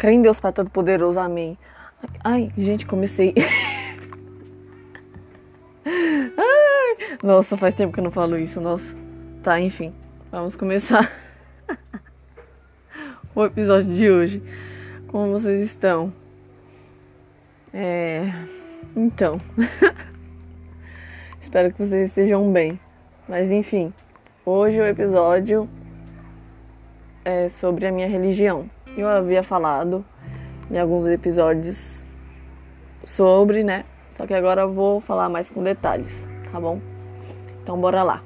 Crê em Deus Pai Todo-Poderoso, amém. Ai, gente, comecei. Ai, nossa, faz tempo que eu não falo isso, nossa. Tá, enfim, vamos começar o episódio de hoje. Como vocês estão? Então, espero que vocês estejam bem. Mas enfim, hoje o episódio é sobre a minha religião. Eu havia falado em alguns episódios sobre, né? Só que agora eu vou falar mais com detalhes, tá bom? Então bora lá.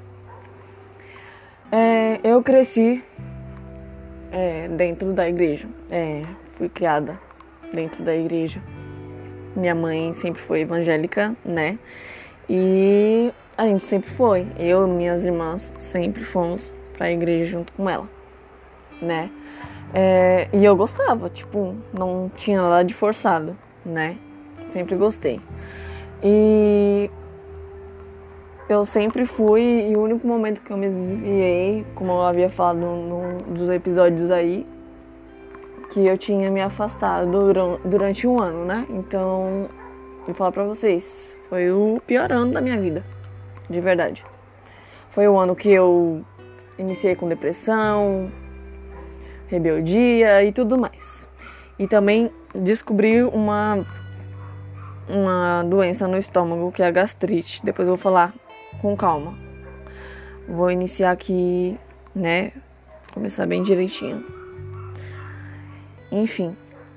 Eu cresci dentro da igreja. Fui criada dentro da igreja. Minha mãe sempre foi evangélica, né? E a gente sempre foi. Eu e minhas irmãs sempre fomos pra igreja junto com ela, né? E eu gostava, tipo, não tinha nada de forçado, né? Sempre gostei. E eu sempre fui, e o único momento que eu me desviei, como eu havia falado num dos episódios aí, que eu tinha me afastado durante um ano, né? Então, vou falar pra vocês, foi o pior ano da minha vida, de verdade. Foi o ano que eu iniciei com depressão, rebeldia e tudo mais. E também descobri uma doença no estômago, que é a gastrite. Depois eu vou falar com calma. Vou iniciar aqui, né? Começar bem direitinho. Enfim,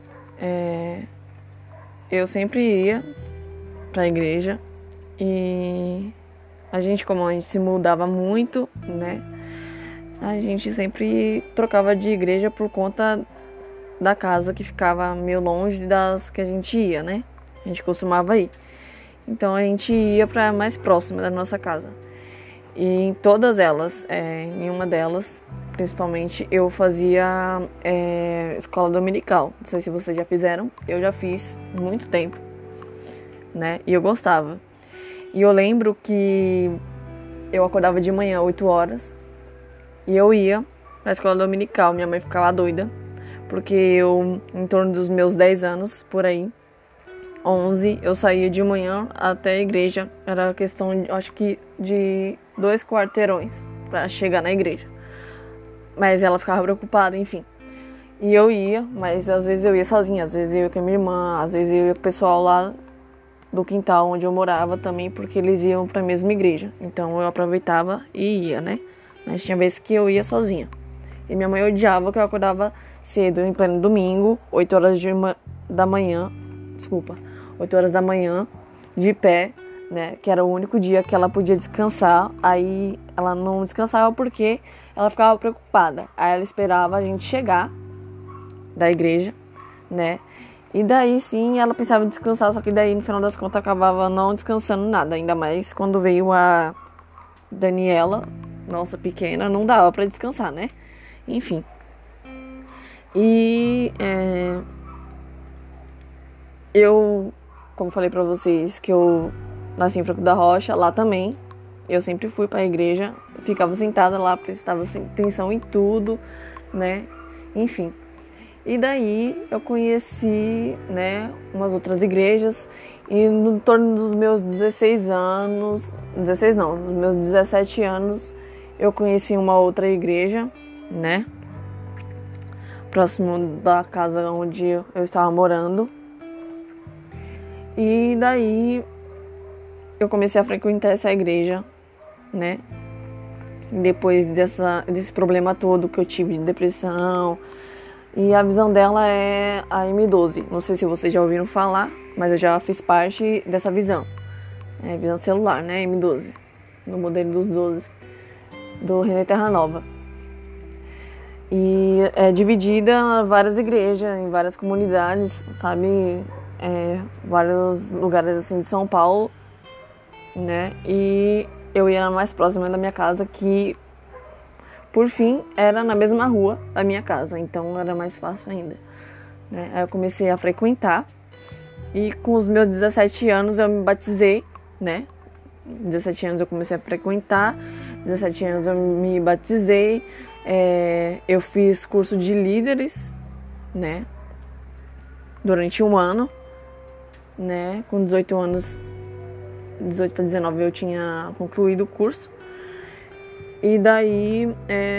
eu sempre ia pra igreja e como a gente se mudava muito, né? A gente sempre trocava de igreja por conta da casa que ficava meio longe das que a gente ia, né? A gente costumava ir. Então a gente ia pra mais próxima da nossa casa. E em todas elas, em uma delas, principalmente, eu fazia escola dominical. Não sei se vocês já fizeram, eu já fiz muito tempo, né? E eu gostava. E eu lembro que eu acordava de manhã, 8 horas, e eu ia pra escola dominical. Minha mãe ficava doida, porque eu, em torno dos meus 10 anos, por aí, 11, eu saía de manhã até a igreja. Era questão, acho que, de 2 quarteirões pra chegar na igreja. Mas ela ficava preocupada, enfim. E eu ia, mas às vezes eu ia sozinha, às vezes eu ia com a minha irmã, às vezes eu ia com o pessoal lá do quintal onde eu morava também, porque eles iam pra mesma igreja. Então eu aproveitava e ia, né? Mas tinha vezes que eu ia sozinha. E minha mãe odiava que eu acordava cedo, em pleno domingo, 8 horas da manhã, 8 horas da manhã, de pé, né? Que era o único dia que ela podia descansar. Aí ela não descansava porque ela ficava preocupada. Aí ela esperava a gente chegar da igreja, né? E daí sim ela pensava em descansar, só que daí no final das contas acabava não descansando nada. Ainda mais quando veio a Daniela, nossa pequena, não dava pra descansar, né? Enfim. E eu, como falei pra vocês, que eu nasci em Franco da Rocha, lá também eu sempre fui pra igreja, ficava sentada lá, prestava atenção em tudo, né? Enfim. E daí eu conheci, né, umas outras igrejas, e no torno dos meus 16 anos, 16 não, nos meus 17 anos, eu conheci uma outra igreja, né, próximo da casa onde eu estava morando. E daí eu comecei a frequentar essa igreja, né, depois desse problema todo que eu tive de depressão. E a visão dela é a M12. Não sei se vocês já ouviram falar, mas eu já fiz parte dessa visão. É visão celular, né? M12. No modelo dos 12. Do René Terra Nova. E é dividida em várias igrejas, em várias comunidades, sabe? Vários lugares assim de São Paulo, né? E eu ia na mais próxima da minha casa, que por fim, era na mesma rua da minha casa, então era mais fácil ainda, né? Aí eu comecei a frequentar e com os meus 17 anos eu me batizei, né? 17 anos eu comecei a frequentar, 17 anos eu me batizei, eu fiz curso de líderes, né? durante um ano, né? Com 18 anos, 18 para 19 eu tinha concluído o curso. E daí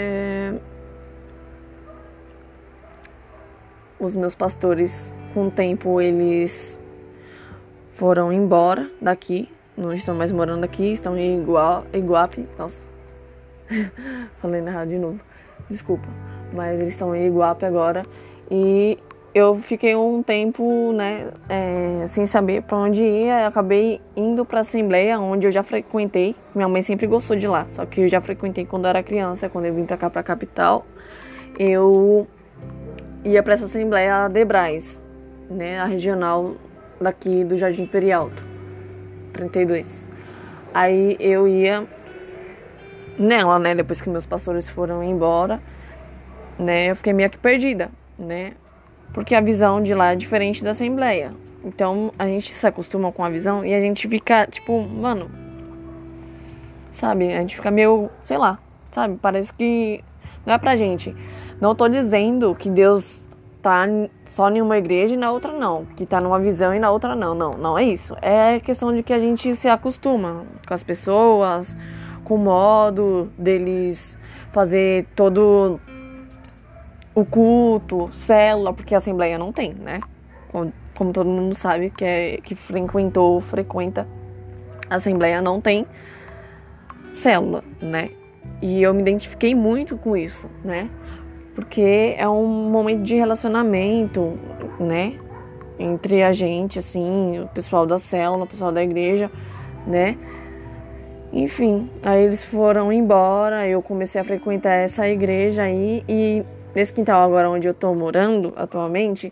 os meus pastores, com o tempo, eles foram embora daqui, não estão mais morando aqui, estão em Iguape. Nossa, falei errado de novo, desculpa, mas eles estão em Iguape agora. E eu fiquei um tempo, né, sem saber para onde ir. Eu acabei indo para a Assembleia, onde eu já frequentei. Minha mãe sempre gostou de lá, só que eu já frequentei quando eu era criança. Quando eu vim para cá, para a capital, eu ia para essa Assembleia, a Debrais, né, a regional daqui do Jardim Perialto, 32. Aí eu ia nela, né, depois que meus pastores foram embora, né, eu fiquei meio que perdida, né, porque a visão de lá é diferente da Assembleia. Então a gente se acostuma com a visão e a gente fica tipo, mano, sabe, a gente fica meio, sei lá, sabe, parece que não é pra gente. Não tô dizendo que Deus tá só em uma igreja e na outra não, que tá numa visão e na outra não. Não é isso. É questão de que a gente se acostuma com as pessoas, com o modo deles fazer todo o culto, célula, porque a Assembleia não tem, né? Como todo mundo sabe que frequenta a Assembleia, não tem célula, né? E eu me identifiquei muito com isso, né? Porque é um momento de relacionamento, né? Entre a gente, assim, o pessoal da célula, o pessoal da igreja, né? Enfim, aí eles foram embora, eu comecei a frequentar essa igreja aí. E nesse quintal agora onde eu tô morando atualmente,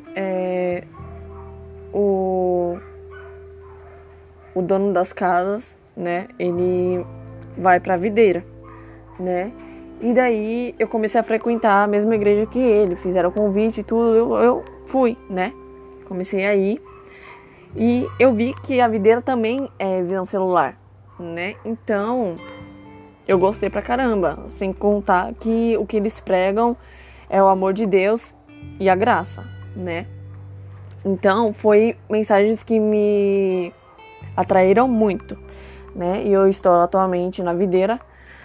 o dono das casas, né? Ele vai pra videira, né? E daí eu comecei a frequentar a mesma igreja que ele, fizeram o convite e tudo, eu fui, né? Comecei a ir e eu vi que a videira também é visão celular, né? Então eu gostei pra caramba, sem contar que o que eles pregam é o amor de Deus e a graça, né? Então foi mensagens que me atraíram muito, né? E eu estou atualmente na videira.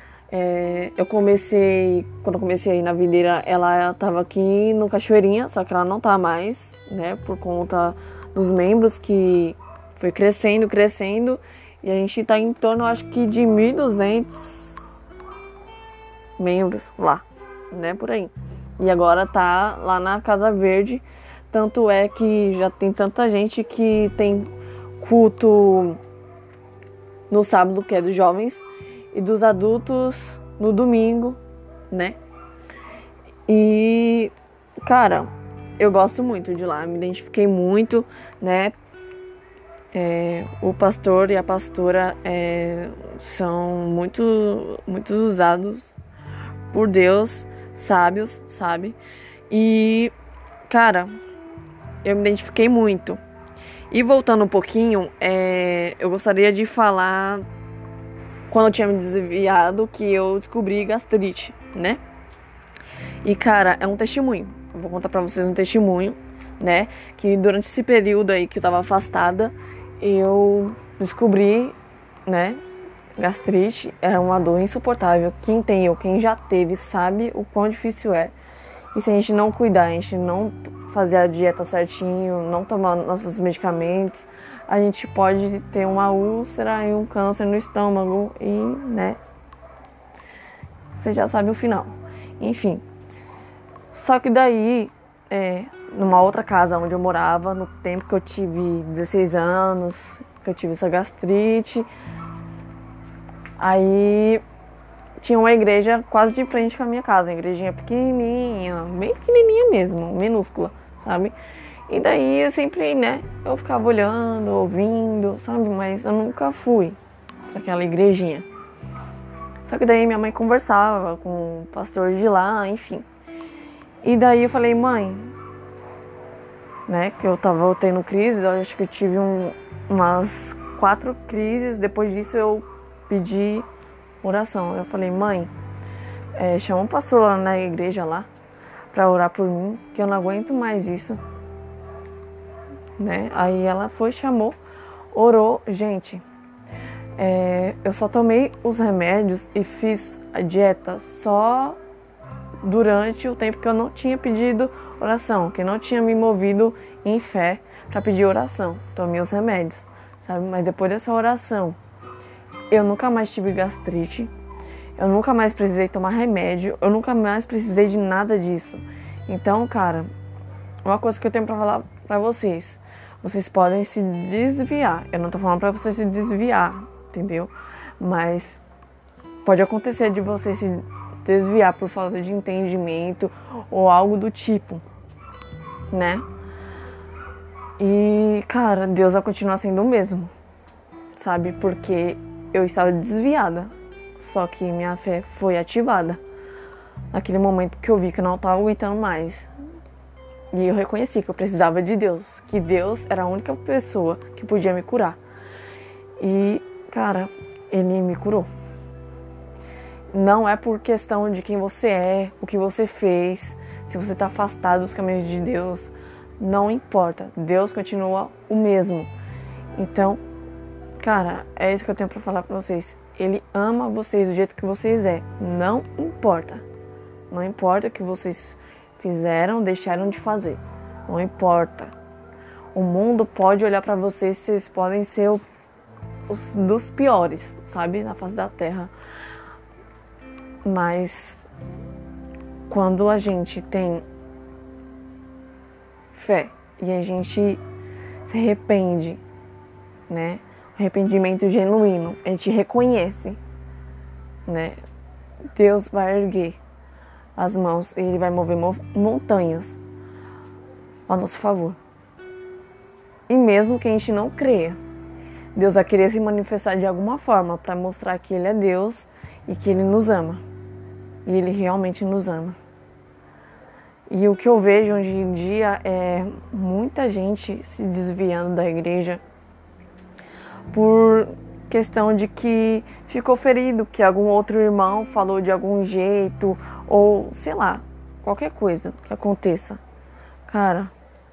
Quando eu comecei a ir na videira, ela estava aqui no Cachoeirinha, só que ela não tá mais, né, por conta dos membros que foi crescendo, e a gente tá em torno, acho que de 1.200 membros lá, né, por aí. E agora tá lá na Casa Verde, tanto é que já tem tanta gente que tem culto no sábado, que é dos jovens, e dos adultos no domingo, né? E, cara, eu gosto muito de lá, me identifiquei muito, né? O pastor e a pastora são muito usados por Deus, sábios, sabe? E, cara, eu me identifiquei muito. E voltando um pouquinho, eu gostaria de falar quando eu tinha me desviado, que eu descobri gastrite, né? E, cara, é um testemunho. Eu vou contar pra vocês um testemunho, né? Que durante esse período aí que eu tava afastada, eu descobri, né? Gastrite é uma dor insuportável. Quem tem ou quem já teve sabe o quão difícil é. E se a gente não cuidar, a gente não fazer a dieta certinho, não tomar nossos medicamentos, a gente pode ter uma úlcera e um câncer no estômago e, né, você já sabe o final. Enfim, só que daí, numa outra casa onde eu morava, no tempo que eu tive 16 anos, que eu tive essa gastrite, aí tinha uma igreja quase de frente com a minha casa, uma igrejinha pequenininha, bem pequenininha mesmo, minúscula, sabe? E daí eu sempre, né, eu ficava olhando, ouvindo, sabe? Mas eu nunca fui pra aquela igrejinha. Só que daí minha mãe conversava com o pastor de lá, enfim. E daí eu falei, mãe, né, que eu tava tendo crise, eu acho que eu tive umas 4 crises. Depois disso eu pedi oração. Eu falei, mãe, chama um pastor lá na igreja lá pra orar por mim, que eu não aguento mais isso. né? Aí ela foi, chamou, orou. Gente, eu só tomei os remédios e fiz a dieta só durante o tempo que eu não tinha pedido oração, que eu não tinha me movido em fé para pedir oração. Tomei os remédios, sabe? Mas depois dessa oração, eu nunca mais tive gastrite, eu nunca mais precisei tomar remédio, eu nunca mais precisei de nada disso. Então, cara, uma coisa que eu tenho pra falar pra vocês: vocês podem se desviar. Eu não tô falando pra vocês se desviar, entendeu? Mas pode acontecer de você se desviar por falta de entendimento ou algo do tipo, né? E, cara, Deus vai continuar sendo o mesmo, sabe? Porque eu estava desviada, só que minha fé foi ativada naquele momento que eu vi que eu não estava aguentando mais. E eu reconheci que eu precisava de Deus, que Deus era a única pessoa que podia me curar. E, cara, Ele me curou. Não é por questão de quem você é, o que você fez, se você está afastado dos caminhos de Deus. Não importa, Deus continua o mesmo. Então, cara, é isso que eu tenho pra falar pra vocês. Ele ama vocês do jeito que vocês é. Não importa. Não importa o que vocês fizeram, deixaram de fazer. Não importa. O mundo pode olhar pra vocês, vocês podem ser os dos piores, sabe? Na face da terra. Mas quando a gente tem fé e a gente se arrepende, né? Arrependimento genuíno, a gente reconhece, né? Deus vai erguer as mãos e Ele vai mover montanhas a nosso favor. E mesmo que a gente não creia, Deus vai querer se manifestar de alguma forma para mostrar que Ele é Deus e que Ele nos ama. E Ele realmente nos ama. E o que eu vejo hoje em dia é muita gente se desviando da igreja por questão de que ficou ferido, que algum outro irmão falou de algum jeito, ou sei lá, qualquer coisa que aconteça. Cara,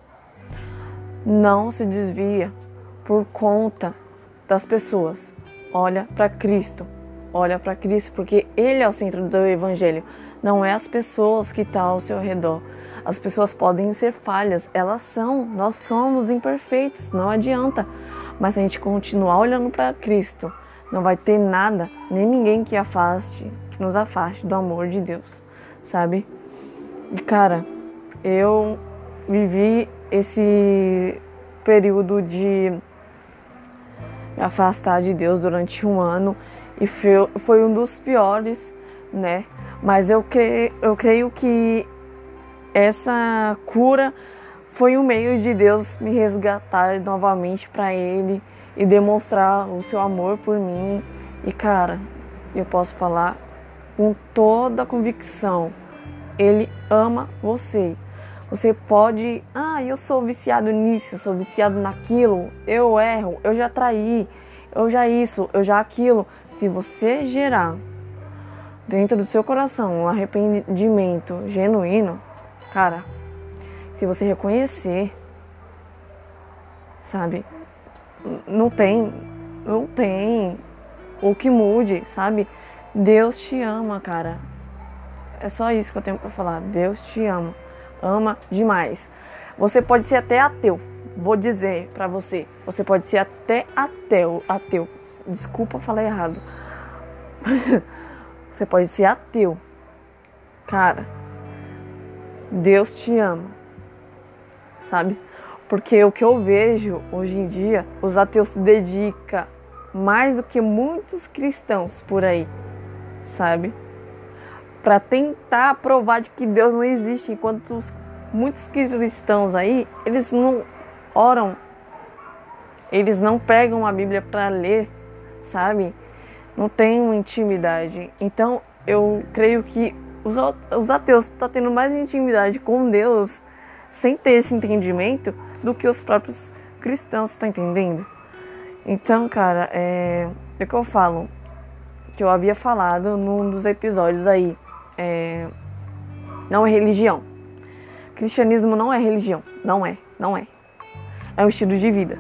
não se desvia por conta das pessoas. Olha para Cristo. Olha para Cristo, porque Ele é o centro do Evangelho. Não é as pessoas que estão ao seu redor. As pessoas podem ser falhas, elas são. Nós somos imperfeitos, não adianta. Mas se a gente continuar olhando para Cristo, não vai ter nada, nem ninguém que nos afaste do amor de Deus, sabe? E cara, eu vivi esse período de me afastar de Deus durante um ano e foi um dos piores, né? Mas eu creio que essa cura foi um meio de Deus me resgatar novamente para Ele e demonstrar o seu amor por mim. E cara, eu posso falar com toda a convicção, Ele ama você. Você pode, eu sou viciado nisso, eu sou viciado naquilo, eu erro, eu já traí, eu já isso, eu já aquilo. Se você gerar dentro do seu coração um arrependimento genuíno, cara, se você reconhecer, sabe, não tem o que mude, sabe? Deus te ama, cara. É só isso que eu tenho pra falar. Deus te ama. Ama demais. Você pode ser até ateu. Vou dizer pra você. Você pode ser até ateu. Desculpa falar errado. Você pode ser ateu. Cara, Deus te ama. Sabe? Porque o que eu vejo hoje em dia, os ateus se dedicam mais do que muitos cristãos por aí, sabe? Para tentar provar de que Deus não existe, enquanto muitos cristãos aí, eles não oram, eles não pegam a Bíblia para ler, sabe? Não tem uma intimidade. Então eu creio que os ateus estão tendo mais intimidade com Deus sem ter esse entendimento do que os próprios cristãos, tá entendendo? Então, cara, é o que eu falo, que eu havia falado num dos episódios aí, não é religião. Cristianismo não é religião, não é. É é um estilo de vida.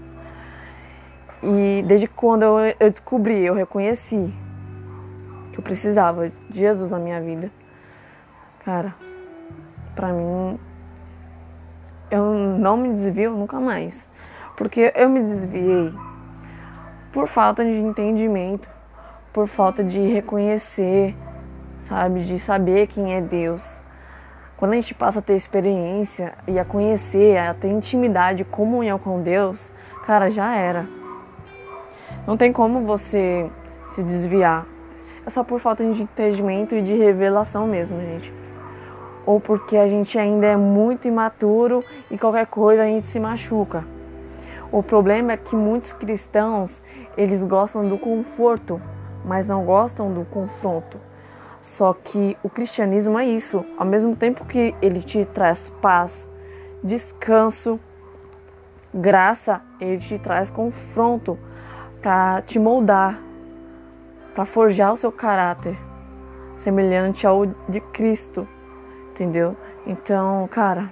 E desde quando eu descobri, eu reconheci que eu precisava de Jesus na minha vida, cara, pra mim, eu não me desvio nunca mais. Porque eu me desviei por falta de entendimento, por falta de reconhecer, sabe, de saber quem é Deus. Quando a gente passa a ter experiência e a conhecer, a ter intimidade, comunhão com Deus, cara, já era. Não tem como você se desviar. É só por falta de entendimento e de revelação mesmo, gente. Ou porque a gente ainda é muito imaturo e qualquer coisa a gente se machuca. O problema é que muitos cristãos, eles gostam do conforto, mas não gostam do confronto. Só que o cristianismo é isso. Ao mesmo tempo que ele te traz paz, descanso, graça, ele te traz confronto para te moldar, para forjar o seu caráter, semelhante ao de Cristo, entendeu? Então, cara,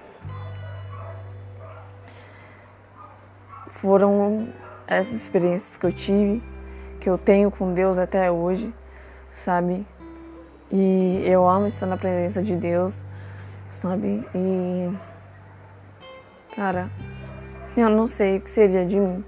foram essas experiências que eu tive, que eu tenho com Deus até hoje, sabe? E eu amo estar na presença de Deus, sabe? E, cara, eu não sei o que seria de mim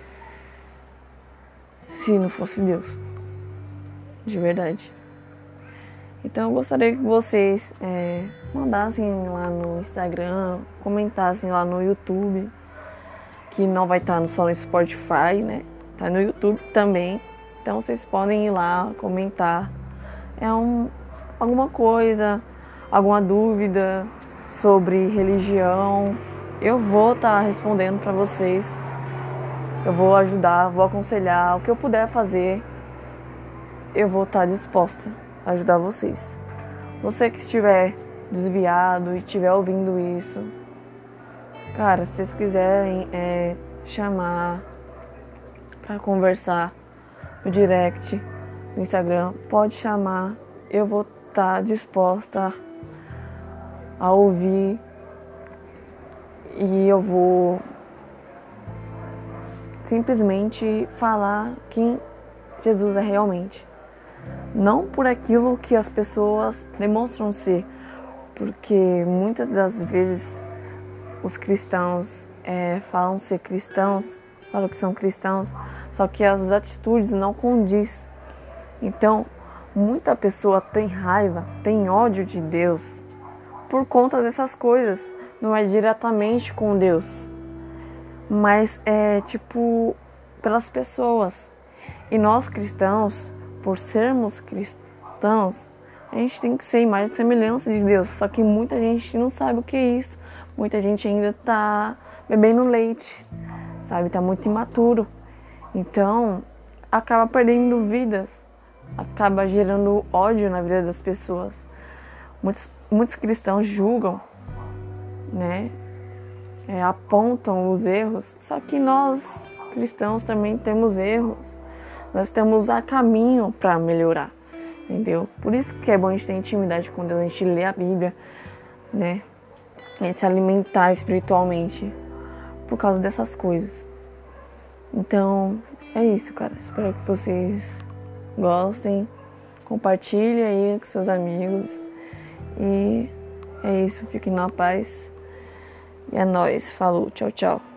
se não fosse Deus, de verdade. Então eu gostaria que vocês mandassem lá no Instagram, comentassem lá no YouTube, que não vai estar só no Spotify, né? Tá no YouTube também. Então vocês podem ir lá comentar. Alguma coisa, alguma dúvida sobre religião. Eu vou estar respondendo para vocês. Eu vou ajudar, vou aconselhar. O que eu puder fazer, eu vou estar disposta a ajudar vocês. Você que estiver desviado e estiver ouvindo isso, cara, se vocês quiserem chamar para conversar no direct, no Instagram, pode chamar. Eu vou estar disposta a ouvir e eu vou simplesmente falar quem Jesus é realmente. Não por aquilo que as pessoas demonstram ser, porque muitas das vezes os cristãos falam ser cristãos, falam que são cristãos, só que as atitudes não condizem. Então, muita pessoa tem raiva, tem ódio de Deus por conta dessas coisas. Não é diretamente com Deus, mas é tipo pelas pessoas. E nós cristãos, por sermos cristãos, a gente tem que ser imagem e semelhança de Deus. Só que muita gente não sabe o que é isso. Muita gente ainda tá bebendo leite, sabe? Tá muito imaturo. Então, acaba perdendo vidas. Acaba gerando ódio na vida das pessoas. Muitos cristãos julgam, né? Apontam os erros. Só que nós, cristãos, também temos erros. Nós temos a caminho para melhorar, entendeu? Por isso que é bom a gente ter intimidade com Deus, a gente ler a Bíblia, né? A gente se alimentar espiritualmente por causa dessas coisas. Então, é isso, cara. Espero que vocês gostem. Compartilhe aí com seus amigos. E é isso. Fiquem na paz. E é nóis. Falou. Tchau, tchau.